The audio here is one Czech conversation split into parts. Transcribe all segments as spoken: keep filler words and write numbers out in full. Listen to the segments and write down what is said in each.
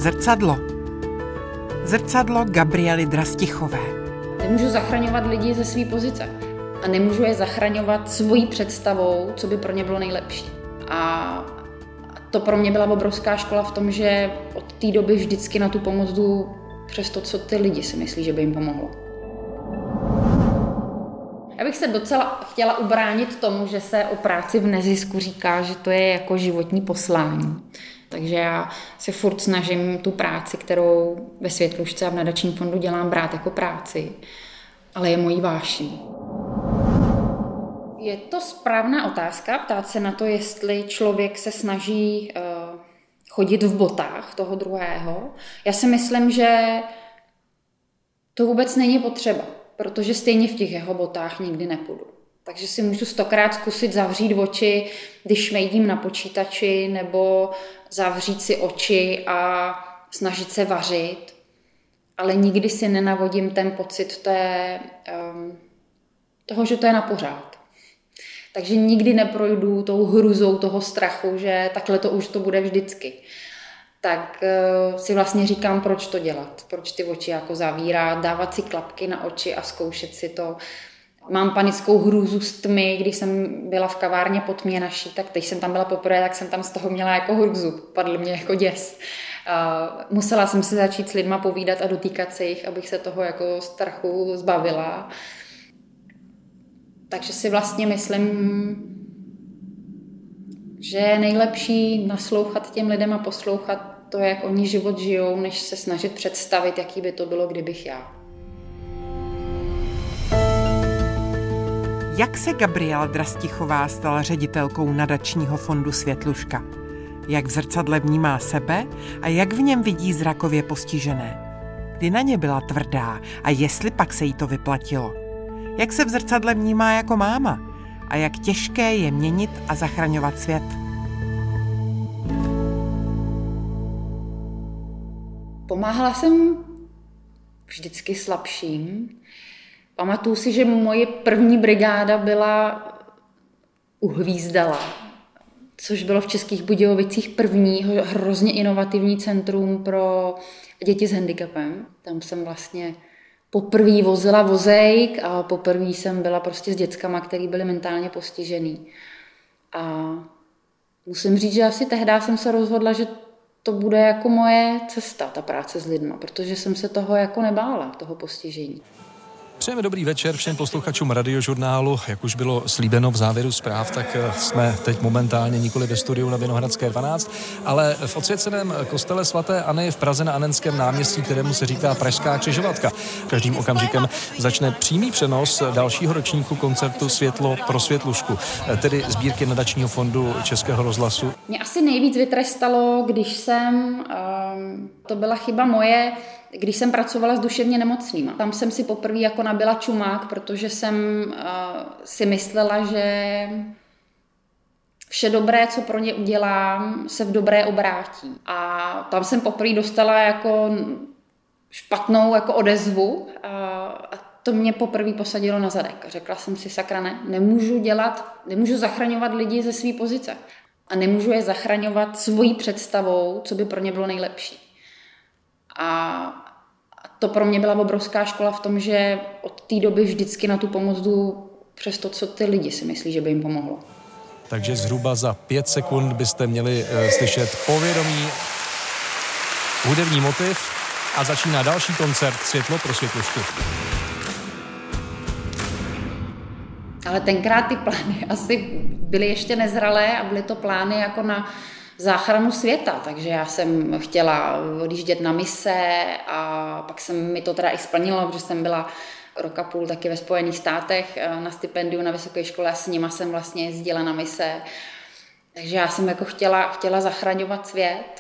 Zrcadlo. Zrcadlo Gabriely Drastichové. Nemůžu zachraňovat lidi ze své pozice a nemůžu je zachraňovat svojí představou, co by pro ně bylo nejlepší. A to pro mě byla obrovská škola v tom, že od té doby vždycky na tu pomoc jdu přes to, co ty lidi si myslí, že by jim pomohlo. Já bych se docela chtěla ubránit tomu, že se o práci v nezisku říká, že to je jako životní poslání. Takže já se furt snažím tu práci, kterou ve Světlušce a v nadačním fondu dělám, brát jako práci, ale je mojí vášní. Je to správná otázka, ptát se na to, jestli člověk se snaží uh, chodit v botách toho druhého. Já si myslím, že to vůbec není potřeba, protože stejně v těch jeho botách nikdy nepůjdu. Takže si můžu stokrát zkusit zavřít oči, když šmejdím na počítači, nebo zavřít si oči a snažit se vařit, ale nikdy si nenavodím ten pocit té, um, toho, že to je na pořád. Takže nikdy neprojdu tou hruzou toho strachu, že takhle to už to bude vždycky. Tak uh, si vlastně říkám, proč to dělat, proč ty oči jako zavírat, dávat si klapky na oči a zkoušet si to. Mám panickou hrůzu z tmy, když jsem byla v kavárně pod mě naší, tak teď jsem tam byla poprvé, tak jsem tam z toho měla jako hrůzu, padl mě jako děs. Uh, musela jsem si začít s lidma povídat a dotýkat se jich, abych se toho jako strachu zbavila. Takže si vlastně myslím, že je nejlepší naslouchat těm lidem a poslouchat to, jak oni život žijou, než se snažit představit, jaký by to bylo, kdybych já. Jak se Gabriela Drastichová stala ředitelkou nadačního fondu Světluška? Jak v zrcadle vnímá sebe a jak v něm vidí zrakově postižené? Kdy na ně byla tvrdá a jestli pak se jí to vyplatilo? Jak se v zrcadle vnímá jako máma a jak těžké je měnit a zachraňovat svět? Pomáhala jsem vždycky slabším. Pamatuju si, že moje první brigáda byla u Hvízdala, což bylo v Českých Budějovicích první hrozně inovativní centrum pro děti s handicapem. Tam jsem vlastně poprvé vozila vozejk a poprvé jsem byla prostě s dětskama, který byly mentálně postižený. A musím říct, že asi tehdy jsem se rozhodla, že to bude jako moje cesta, ta práce s lidma, protože jsem se toho jako nebála, toho postižení. Přejeme dobrý večer všem posluchačům Radiožurnálu. Jak už bylo slíbeno v závěru zpráv, tak jsme teď momentálně nikoli ve studiu na Vinohradské dvanáct, ale v odsvěceném kostele svaté Anny v Praze na Anenském náměstí, kterému se říká Pražská křižovatka. Každým okamžikem začne přímý přenos dalšího ročníku koncertu Světlo pro Světlušku, tedy sbírky nadačního fondu Českého rozhlasu. Mě asi nejvíc vytrestalo, když jsem, um, to byla chyba moje, když jsem pracovala s duševně nemocnýma. Tam jsem si poprvé jako nabila čumák, protože jsem uh, si myslela, že vše dobré, co pro ně udělám, se v dobré obrátí. A tam jsem poprvé dostala jako špatnou jako odezvu uh, a to mě poprvé posadilo na zadek. Řekla jsem si, sakra ne, nemůžu dělat, nemůžu zachraňovat lidi ze své pozice. A nemůžu je zachraňovat svojí představou, co by pro ně bylo nejlepší. A to pro mě byla obrovská škola v tom, že od té doby vždycky na tu pomoc jdu přes to, co ty lidi si myslí, že by jim pomohlo. Takže zhruba za pět sekund byste měli uh, slyšet povědomí, hudební motiv a začíná další koncert Světlo pro Světlušku. Ale tenkrát ty plány asi byly ještě nezralé a byly to plány jako na záchranu světa, takže já jsem chtěla odjíždět na mise a pak jsem mi to teda i splnilo, protože jsem byla rok a půl taky ve Spojených státech na stipendiu na vysoké škole a s nima jsem vlastně jezdila na mise. Takže já jsem jako chtěla, chtěla zachraňovat svět.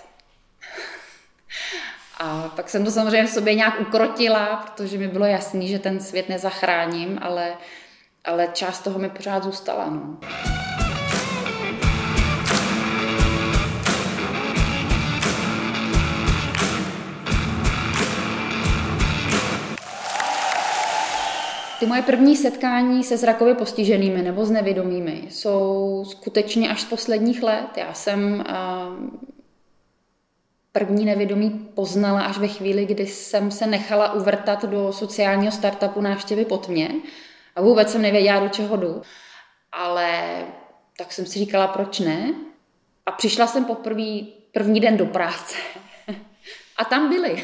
A pak jsem to samozřejmě v sobě nějak ukrotila, protože mi bylo jasný, že ten svět nezachráním, ale, ale část toho mi pořád zůstala. No. Ty moje první setkání se zrakově postiženými nebo s nevědomými jsou skutečně až z posledních let. Já jsem uh, první nevědomí poznala až ve chvíli, kdy jsem se nechala uvrtat do sociálního startupu Návštěvy po tmě a vůbec jsem nevěděla, do čeho jdu. Ale tak jsem si říkala, proč ne? A přišla jsem poprvé první den do práce. A tam byli.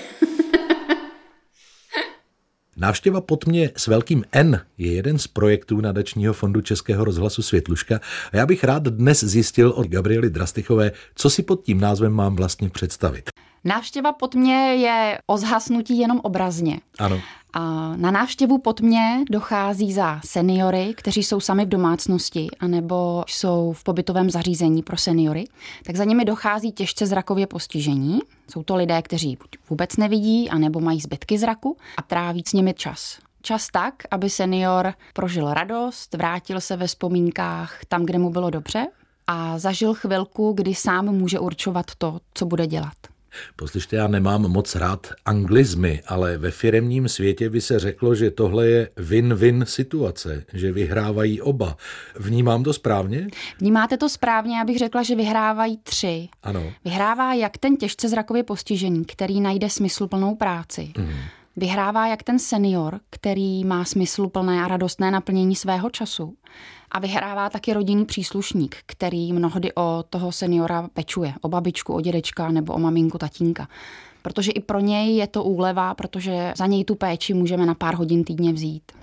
Návštěva po tmě s velkým N je jeden z projektů nadačního fondu Českého rozhlasu Světluška a já bych rád dnes zjistil od Gabriely Drastychové, co si pod tím názvem mám vlastně představit. Návštěva po tmě je o zhasnutí jenom obrazně. Ano. A na návštěvu po tmě dochází za seniory, kteří jsou sami v domácnosti anebo jsou v pobytovém zařízení pro seniory. Tak za nimi dochází těžce zrakově postižení. Jsou to lidé, kteří buď vůbec nevidí, anebo mají zbytky zraku a tráví s nimi čas. Čas tak, aby senior prožil radost, vrátil se ve vzpomínkách tam, kde mu bylo dobře a zažil chvilku, kdy sám může určovat to, co bude dělat. Poslyšte, já nemám moc rád anglizmy, ale ve firemním světě by se řeklo, že tohle je win-win situace, že vyhrávají oba. Vnímám to správně? Vnímáte to správně, já bych řekla, že vyhrávají tři. Ano. Vyhrává jak ten těžce zrakově postižený, který najde smysluplnou práci. Mm. Vyhrává jak ten senior, který má smysluplné a radostné naplnění svého času. A vyhrává taky rodinný příslušník, který mnohdy o toho seniora pečuje, o babičku, o dědečka nebo o maminku, tatínka. Protože i pro něj je to úleva, protože za něj tu péči můžeme na pár hodin týdně vzít.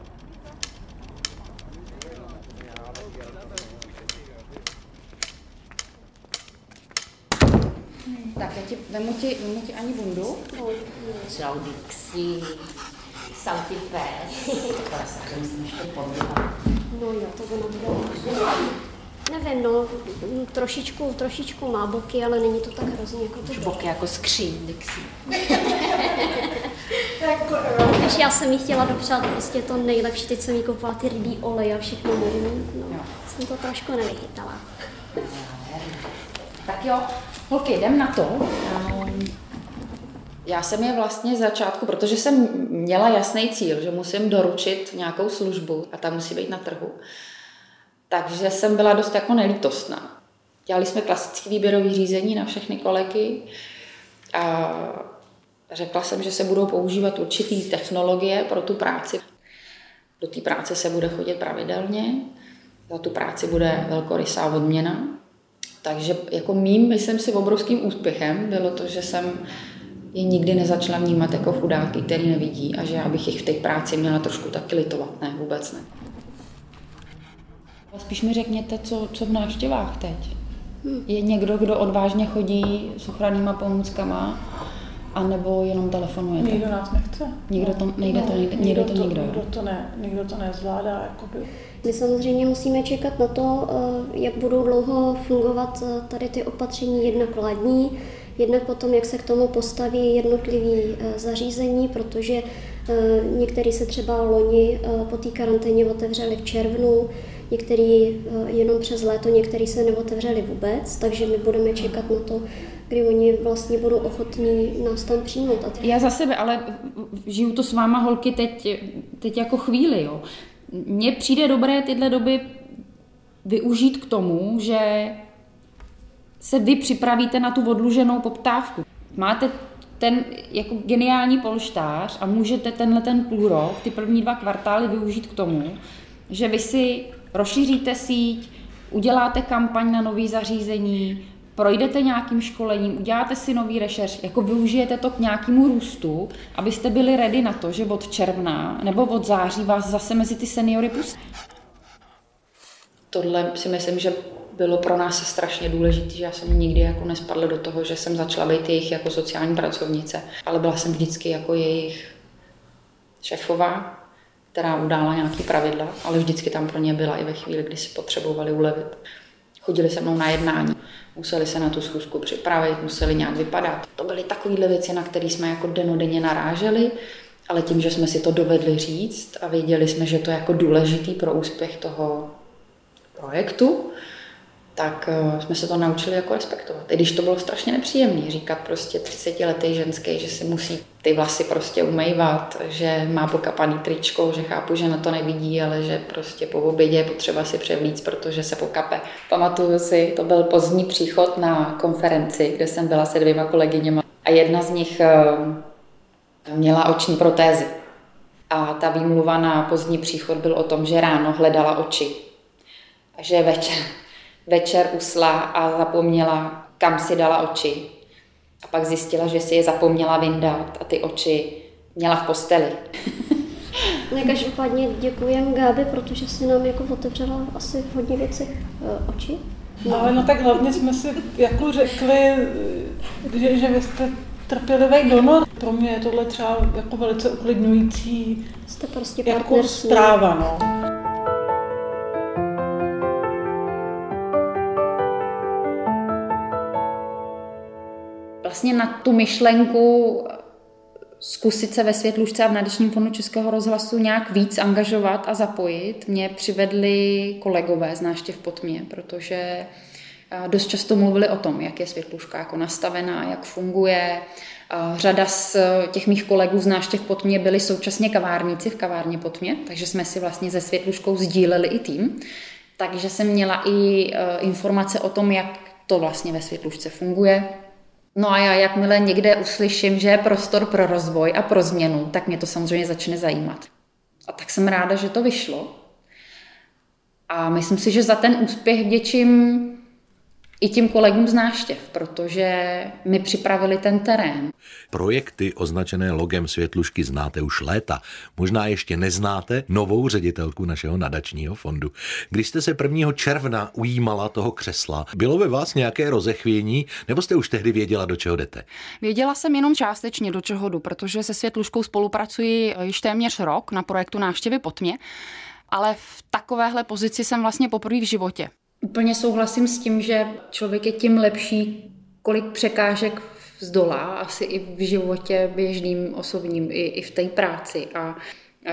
Tak já ti vemu ti, vemu ti ani bundu. Čau, Dixi. Salty pes. Takhle se musím ještě podívat. No jo, to ono bude. Nevím, no, trošičku, trošičku má boky, ale není to tak hrozně jako ty boky. jako skříň, Dixi. Víš, já jsem jí chtěla dopřát prostě to nejlepší, teď jsem jí koupila ty rybí olej a všechno možné. No, jsem to trošku nevychytala. Tak jo, holky, jdem na to. Já jsem je vlastně z začátku, protože jsem měla jasný cíl, že musím doručit nějakou službu a ta musí být na trhu. Takže jsem byla dost jako nelítostná. Dělali jsme klasické výběrové řízení na všechny kolegy a řekla jsem, že se budou používat určitý technologie pro tu práci. Do té práce se bude chodit pravidelně, za tu práci bude velkorysá odměna. Takže jako mým, myslím si, obrovským úspěchem bylo to, že jsem je nikdy nezačala vnímat jako chudáky, který nevidí a že já bych jich v té práci měla trošku taky litovat. Ne, vůbec ne. Spíš mi řekněte, co, co v návštěvách teď. Je někdo, kdo odvážně chodí s ochrannýma pomůckama, anebo jenom telefonujete? Nikdo nás nechce. Nikdo to nejde, no, to nejde, nikdo, nikdo to, to nikdo. Nikdo to, ne, nikdo to nezvládá. Jakoby. My samozřejmě musíme čekat na to, jak budou dlouho fungovat tady ty opatření jednak vládní, jednak potom, jak se k tomu postaví jednotlivý zařízení, protože některý se třeba loni po té karanténě otevřeli v červnu, některý jenom přes léto, některý se neotevřeli vůbec, takže my budeme čekat na to, kdy oni vlastně budou ochotní nás tam přijmout. Já za sebe, ale žiju to s váma, holky, teď, teď jako chvíli. Jo. Mně přijde dobré tyhle doby využít k tomu, že se vy připravíte na tu odluženou poptávku. Máte ten jako geniální polštář a můžete tenhle ten půl rok, ty první dva kvartály využít k tomu, že vy si rozšíříte síť, uděláte kampaň na nový zařízení, projdete nějakým školením, uděláte si nový rešerš, jako využijete to k nějakému růstu, abyste byli ready na to, že od června nebo od září vás zase mezi ty seniory pustí. Tohle si myslím, že bylo pro nás strašně důležité, že já jsem nikdy jako nespadla do toho, že jsem začala být jejich jako sociální pracovnice, ale byla jsem vždycky jako jejich šéfová, která udála nějaký pravidla, ale vždycky tam pro ně byla i ve chvíli, kdy si potřebovali ulevit. Chodili se mnou na jednání, museli se na tu schůzku připravit, museli nějak vypadat. To byly takovéhle věci, na které jsme jako dennodenně naráželi, ale tím, že jsme si to dovedli říct a věděli jsme, že to je jako důležitý pro úspěch toho projektu, tak jsme se to naučili jako respektovat. I když to bylo strašně nepříjemné říkat prostě třicetiletý ženský, že si musí ty vlasy prostě umývat, že má pokapaný tričko, že chápu, že na to nevidí, ale že prostě po obědě je potřeba si převlíct, protože se pokape. Pamatuju si, to byl pozdní příchod na konferenci, kde jsem byla se dvěma kolegyněma a jedna z nich měla oční protézy. A ta výmluva na pozdní příchod byl o tom, že ráno hledala oči. A že večer, večer usla a zapomněla, kam si dala oči. A pak zjistila, že si je zapomněla vyndat a ty oči měla v posteli. No, každopádně děkujem Gábi, protože si nám jako otevřela asi v hodně věcech oči. No, ale no tak hlavně jsme si jako řekli, že, že vy jste trpělivý donor. Pro mě je tohle třeba jako velice uklidňující jste prostě jako zpráva. No. Vlastně na tu myšlenku zkusit se ve Světlušce a v Nadačním fondu Českého rozhlasu nějak víc angažovat a zapojit mě přivedli kolegové z Návštěv pod mě, protože dost často mluvili o tom, jak je Světluška jako nastavená, jak funguje. Řada z těch mých kolegů z Návštěv pod mě byli současně kavárníci v kavárně pod mě, takže jsme si vlastně se Světluškou sdíleli i tým. Takže jsem měla i informace o tom, jak to vlastně ve Světlušce funguje. No a já jakmile někde uslyším, že je prostor pro rozvoj a pro změnu, tak mě to samozřejmě začne zajímat. A tak jsem ráda, že to vyšlo. A myslím si, že za ten úspěch vděčím i tím kolegům z Návštěv, protože mi připravili ten terén. Projekty označené logem Světlušky znáte už léta. Možná ještě neznáte novou ředitelku našeho nadačního fondu. Když jste se prvního června ujímala toho křesla, bylo ve vás nějaké rozechvění, nebo jste už tehdy věděla, do čeho jdete? Věděla jsem jenom částečně, do čeho jdu, protože se Světluškou spolupracuji již téměř rok na projektu Návštěvy pod mě, ale v takovéhle pozici jsem vlastně poprvé v životě. Úplně souhlasím s tím, že člověk je tím lepší, kolik překážek vzdolá, asi i v životě běžným, osobním, i, i v té práci. A, a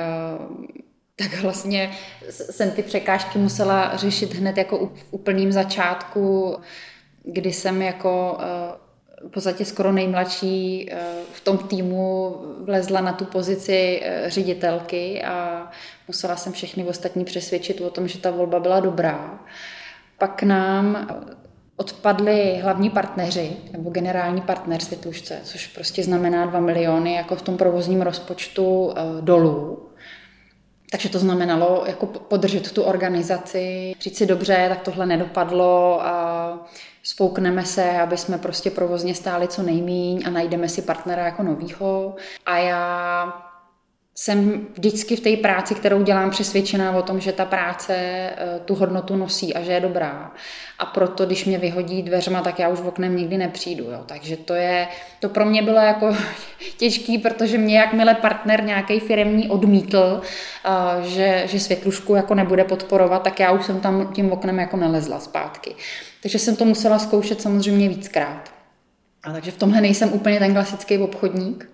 tak vlastně jsem ty překážky musela řešit hned jako v úplným začátku, kdy jsem jako v podstatě skoro nejmladší v tom týmu vlezla na tu pozici ředitelky a musela jsem všechny ostatní přesvědčit o tom, že ta volba byla dobrá. Pak nám odpadli hlavní partneři, nebo generální partner Světlušce, což prostě znamená dva miliony jako v tom provozním rozpočtu dolů. Takže to znamenalo jako podržet tu organizaci, říct si dobře, tak tohle nedopadlo a spoukneme se, aby jsme prostě provozně stáli co nejmíň a najdeme si partnera jako novýho. A já jsem vždycky v té práci, kterou dělám, přesvědčená o tom, že ta práce tu hodnotu nosí a že je dobrá. A proto, když mě vyhodí dveřma, tak já už v oknem nikdy nepřijdu. Jo. Takže to, je, to pro mě bylo jako těžký, protože mě jakmile partner nějaký firemní odmítl, že, že Světlušku jako nebude podporovat, tak já už jsem tam tím oknem jako nelezla zpátky. Takže jsem to musela zkoušet samozřejmě víckrát. A takže v tomhle nejsem úplně ten klasický obchodník,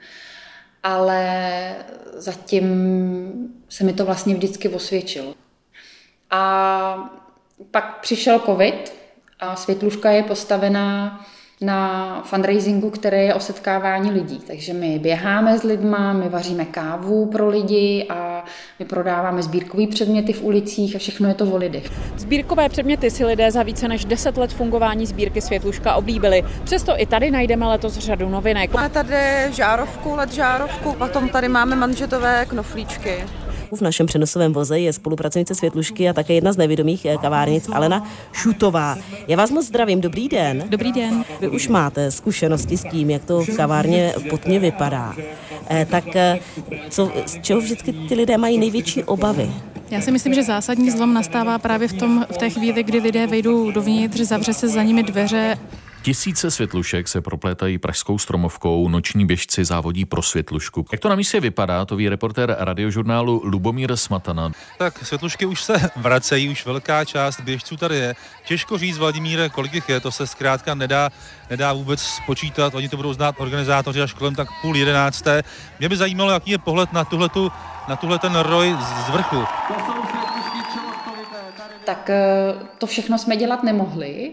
ale zatím se mi to vlastně vždycky osvědčilo. A pak přišel covid a Světluška je postavená na fundraisingu, který je o setkávání lidí. Takže my běháme s lidma, my vaříme kávu pro lidi a my prodáváme sbírkové předměty v ulicích a všechno je to o lidech. Sbírkové předměty si lidé za více než deset let fungování sbírky Světluška oblíbili. Přesto i tady najdeme letos řadu novinek. Máme tady žárovku, led žárovku, potom tady máme manžetové knoflíčky. V našem přenosovém voze je spolupracovnice Světlušky a také jedna z nevědomých kavárnic Alena Šutová. Já vás moc zdravím, dobrý den. Dobrý den. Vy už máte zkušenosti s tím, jak to v kavárně pod mě vypadá. Eh, tak co, z čeho vždycky ty lidé mají největší obavy? Já si myslím, že zásadní zlom nastává právě v, tom, v té chvíli, kdy lidé vejdou dovnitř, zavře se za nimi dveře. Tisíce světlušek se proplétají pražskou Stromovkou, noční běžci závodí pro Světlušku. Jak to na místě vypadá, to ví reportér radiožurnálu Lubomír Smatana. Tak Světlušky už se vracejí, už velká část běžců tady je. Těžko říct, Vladimíre, kolik jich je, to se zkrátka nedá, nedá vůbec spočítat, oni to budou znát organizátoři až kolem tak půl jedenácté. Mě by zajímalo, jaký je pohled na tuhletu, na tuhle ten roj z vrchu. Tak to všechno jsme dělat nemohli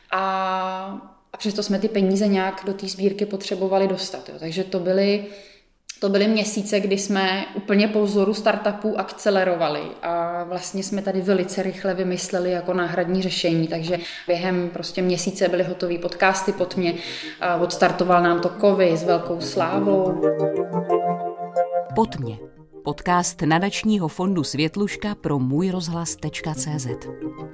a A přesto jsme ty peníze nějak do té sbírky potřebovali dostat. Jo. Takže to byly To byly měsíce, kdy jsme úplně po vzoru startupů akcelerovali a vlastně jsme tady velice rychle vymysleli jako náhradní řešení, takže během prostě měsíce byly hotový podcasty pod mě, odstartoval nám to Kovy s velkou slávou. Pod mě. Podcast nadačního fondu Světluška pro můj rozhlas tečka cé zet.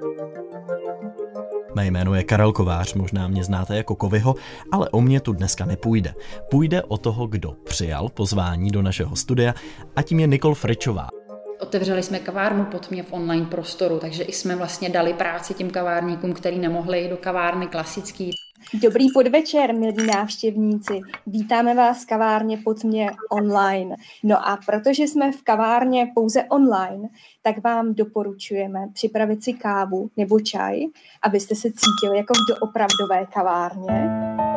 Mé jméno je Karel Kovář, možná mě znáte jako Kovyho, ale o mě tu dneska nepůjde. Půjde o toho, kdo přijal pozvání do našeho studia, a tím je Nikol Fričová. Otevřeli jsme kavárnu Pod mě v online prostoru, takže i jsme vlastně dali práci těm kavárníkům, který nemohli do kavárny klasický. Dobrý podvečer, milí návštěvníci. Vítáme vás v kavárně Pod mě online. No a protože jsme v kavárně pouze online, tak vám doporučujeme připravit si kávu nebo čaj, abyste se cítili jako v doopravdové kavárně.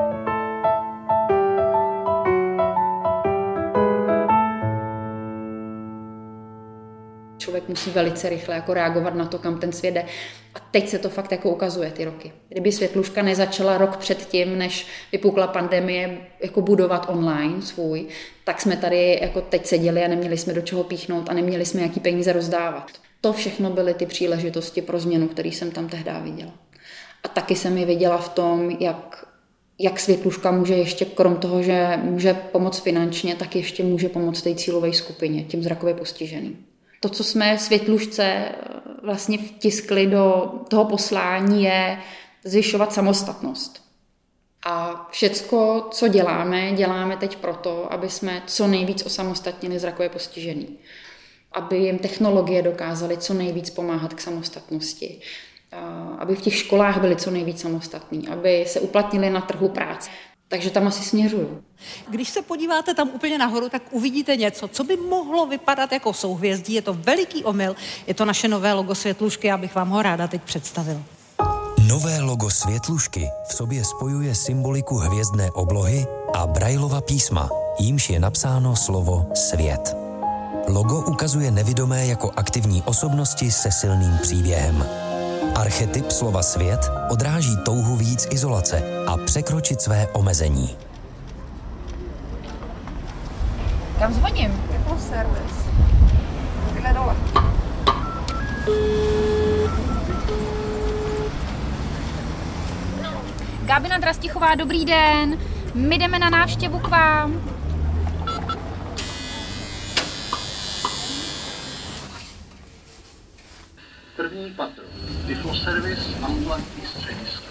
Člověk musí velice rychle jako reagovat na to, kam ten svět jde. A teď se to fakt jako ukazuje ty roky. Kdyby Světluška nezačala rok předtím, než vypukla pandemie, jako budovat online svůj, tak jsme tady jako teď seděli a neměli jsme do čeho píchnout a neměli jsme jaký peníze rozdávat. To všechno byly ty příležitosti pro změnu, který jsem tam tehdy viděla. A taky jsem je viděla v tom, jak, jak Světluška může ještě, krom toho, že může pomoct finančně, tak ještě může pomoct té cílové skupině, těm zrakově postiženým. To, co jsme Světlušce vlastně vtiskli do toho poslání, je zvyšovat samostatnost. A všecko, co děláme, děláme teď proto, aby jsme co nejvíc osamostatnili zrakově postižený. Aby jim technologie dokázaly co nejvíc pomáhat k samostatnosti. Aby v těch školách byli co nejvíc samostatní. Aby se uplatnili na trhu práce. Takže tam asi směřuju. Když se podíváte tam úplně nahoru, tak uvidíte něco, co by mohlo vypadat jako souhvězdí. Je to veliký omyl. Je to naše nové logo Světlušky, abych vám ho ráda teď představil. Nové logo Světlušky v sobě spojuje symboliku hvězdné oblohy a Braillova písma, jímž je napsáno slovo svět. Logo ukazuje nevidomé jako aktivní osobnosti se silným příběhem. Archetyp slova svět odráží touhu víc izolace a překročit své omezení. Kam zvoním? Jako servis. Takhle dole. Gábina Drastichová, dobrý den. My jdeme na návštěvu k vám. První patro. Tyfoservis, ambulantní středisko.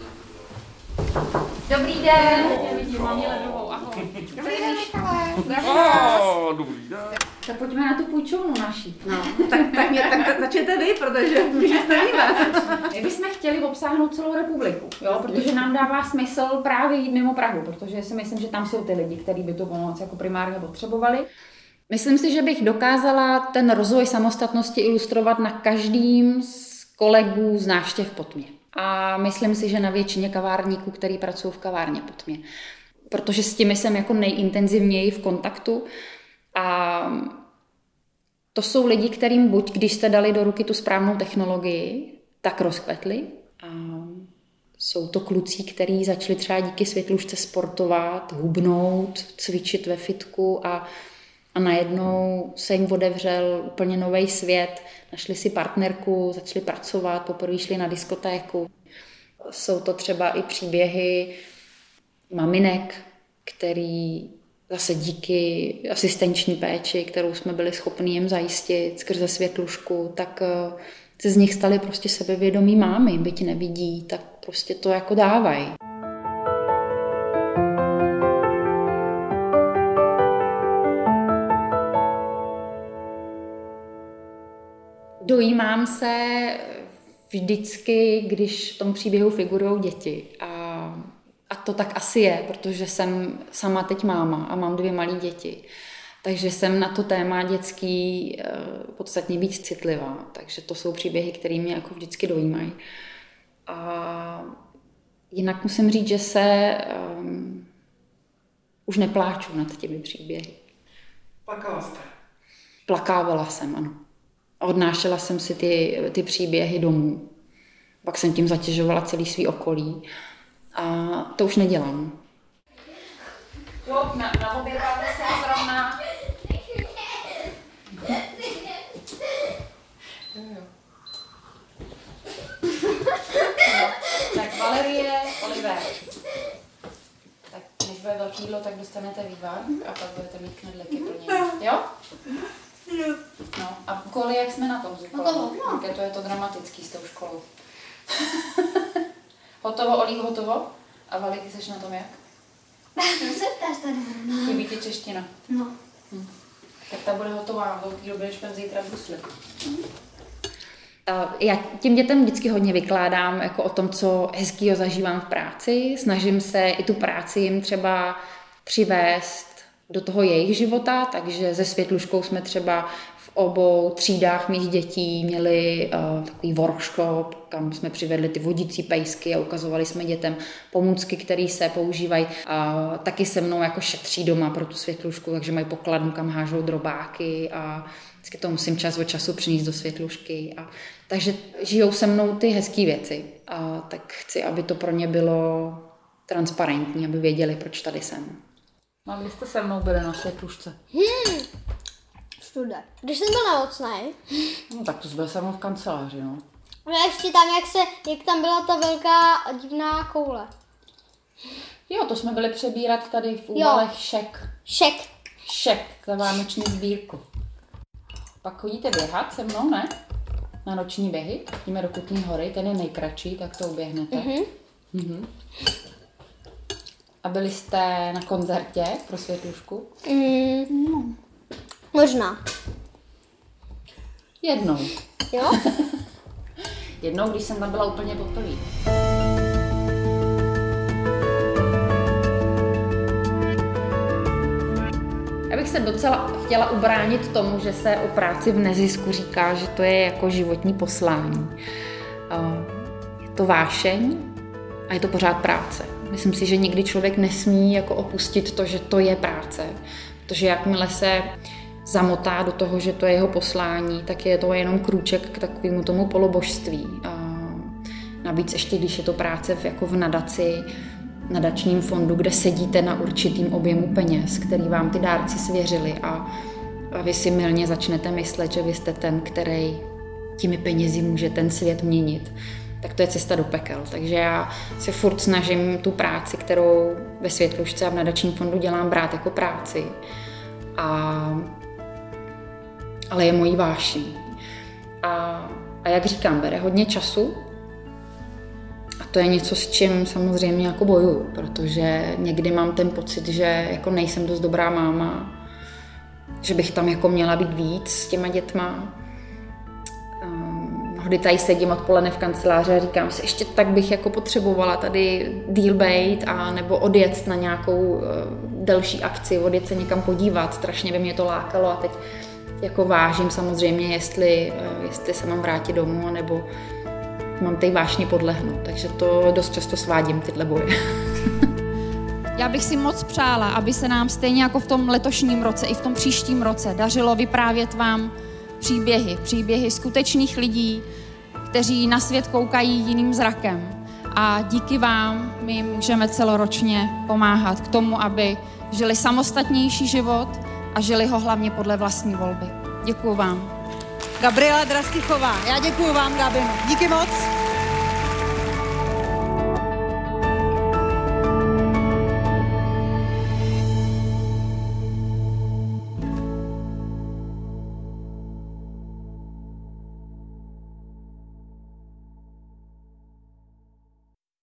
Dobrý den. Mám ledovou, ahoj. Dobrý den, Michale. Oh, dobrý den. Tak pojďme na tu půjčovnu naší. No, tak, tak, mě, tak začněte vy, protože už nevíme. My bychom chtěli obsáhnout celou republiku, jo? Protože nám dává smysl právě jít mimo Prahu, protože si myslím, že tam jsou ty lidi, kteří by tu pomoc jako primárně potřebovali. Myslím si, že bych dokázala ten rozvoj samostatnosti ilustrovat na každým z kolegů z návštěv Pod mě. A myslím si, že na většině kavárníků, který pracují v kavárně Pod mě. Protože s těmi jsem jako nejintenzivněji v kontaktu. A to jsou lidi, kterým buď, když jste dali do ruky tu správnou technologii, tak rozkvetli. A jsou to kluci, kteří začali třeba díky Světlušce sportovat, hubnout, cvičit ve fitku a A najednou se jim otevřel úplně nový svět, našli si partnerku, začali pracovat, poprvé šli na diskotéku. Jsou to třeba i příběhy maminek, který zase díky asistenční péči, kterou jsme byli schopni jim zajistit skrze Světlušku, tak se z nich staly prostě sebevědomí mámy, byť nevidí, tak prostě to jako dávají. Dojímám se vždycky, když v tom příběhu figurují děti. A, a to tak asi je, protože jsem sama teď máma a mám dvě malé děti. Takže jsem na to téma dětský podstatně víc citlivá. Takže to jsou příběhy, které mě jako vždycky dojímají. A jinak musím říct, že se um, už nepláču nad těmi příběhy. Plakala jste? Plakávala jsem, ano. Odnášela jsem si ty, ty příběhy domů. Pak jsem tím zatěžovala celý svý okolí. A to už nedělám. Jo, na, na obědváte se zrovna jídlo, tak dostanete vývar a pak budete mít knedlíky pro něj. Jo? No a Koli, jak jsme na tom s úkolem? Jaké to je to dramatický s tou školou. Hotovo, Olík, hotovo? A Vali, ty jsi na tom jak? se ptáš tady? Chybí ti čeština. No. Hm. Tak ta bude hotová, do té doby, než budeme zítra v Brusli. Já těm dětem vždycky hodně vykládám jako o tom, co hezkýho zažívám v práci. Snažím se i tu práci jim třeba přivést do toho jejich života, takže se Světluškou jsme třeba v obou třídách mých dětí měli uh, takový workshop, kam jsme přivedli ty vodící pejsky a ukazovali jsme dětem pomůcky, které se používají. Uh, taky se mnou jako šetří doma pro tu Světlušku, takže mají pokladnu, kam hážou drobáky a vždycky to musím čas od času přinést do Světlušky. A, takže žijou se mnou ty hezké věci. A tak chci, aby to pro ně bylo transparentní, aby věděli, proč tady jsem. No a kdy jste se mnou byli na Světlušce? Hmm. Všude. Když jsem byl nemocnej. No tak to jsi byl se mnou v kanceláři, no. No ještě tam, jak, se, jak tam byla ta velká divná koule. Jo, to jsme byli přebírat tady v úvalech šek. Šek. Šek, za vánoční sbírku. Pak chodíte běhat se mnou, ne? Na noční běhy. Jdeme do Kutní Hory, ten je nejkratší, tak to uběhnete. Mhm. Mhm. A byli jste na koncertě pro Světlušku? Mm, no. Možná. Jednou. Jo? Jednou, když jsem tam byla úplně poprvé. Já bych se docela chtěla ubránit tomu, že se o práci v nezisku říká, že to je jako životní poslání. Je to vášeň a je to pořád práce. Myslím si, že nikdy člověk nesmí jako opustit to, že to je práce. Protože jakmile se zamotá do toho, že to je jeho poslání, tak je to jenom krůček k takovému tomu polobožství. A navíc ještě, když je to práce v, jako v nadaci, nadačním fondu, kde sedíte na určitým objemu peněz, který vám ty dárci svěřili a, a vy si mylně začnete myslet, že vy jste ten, který těmi penězi může ten svět měnit, tak to je cesta do pekel. Takže já se furt snažím tu práci, kterou ve Světlušce a v nadačním fondu dělám, brát jako práci. A, ale je mojí vášní. A, a jak říkám, bere hodně času. A to je něco, s čím samozřejmě jako bojuju, protože někdy mám ten pocit, že jako nejsem dost dobrá máma, že bych tam jako měla být víc s těma dětma. Mnohdy tady sedím odpoledne v kanceláři a říkám si, ještě tak bych jako potřebovala tady deal bait a nebo odjet na nějakou uh, delší akci, odjet se někam podívat, strašně by mě to lákalo a teď jako vážím samozřejmě, jestli, uh, jestli se mám vrátit domů, nebo mám tej vášni podlehnout, takže to dost často svádím tyhle boje. Já bych si moc přála, aby se nám stejně jako v tom letošním roce i v tom příštím roce dařilo vyprávět vám příběhy, příběhy skutečných lidí, kteří na svět koukají jiným zrakem. A díky vám my můžeme celoročně pomáhat k tomu, aby žili samostatnější život a žili ho hlavně podle vlastní volby. Děkuju vám. Gabriela Drastichová, já děkuju vám, Gabino. Díky moc.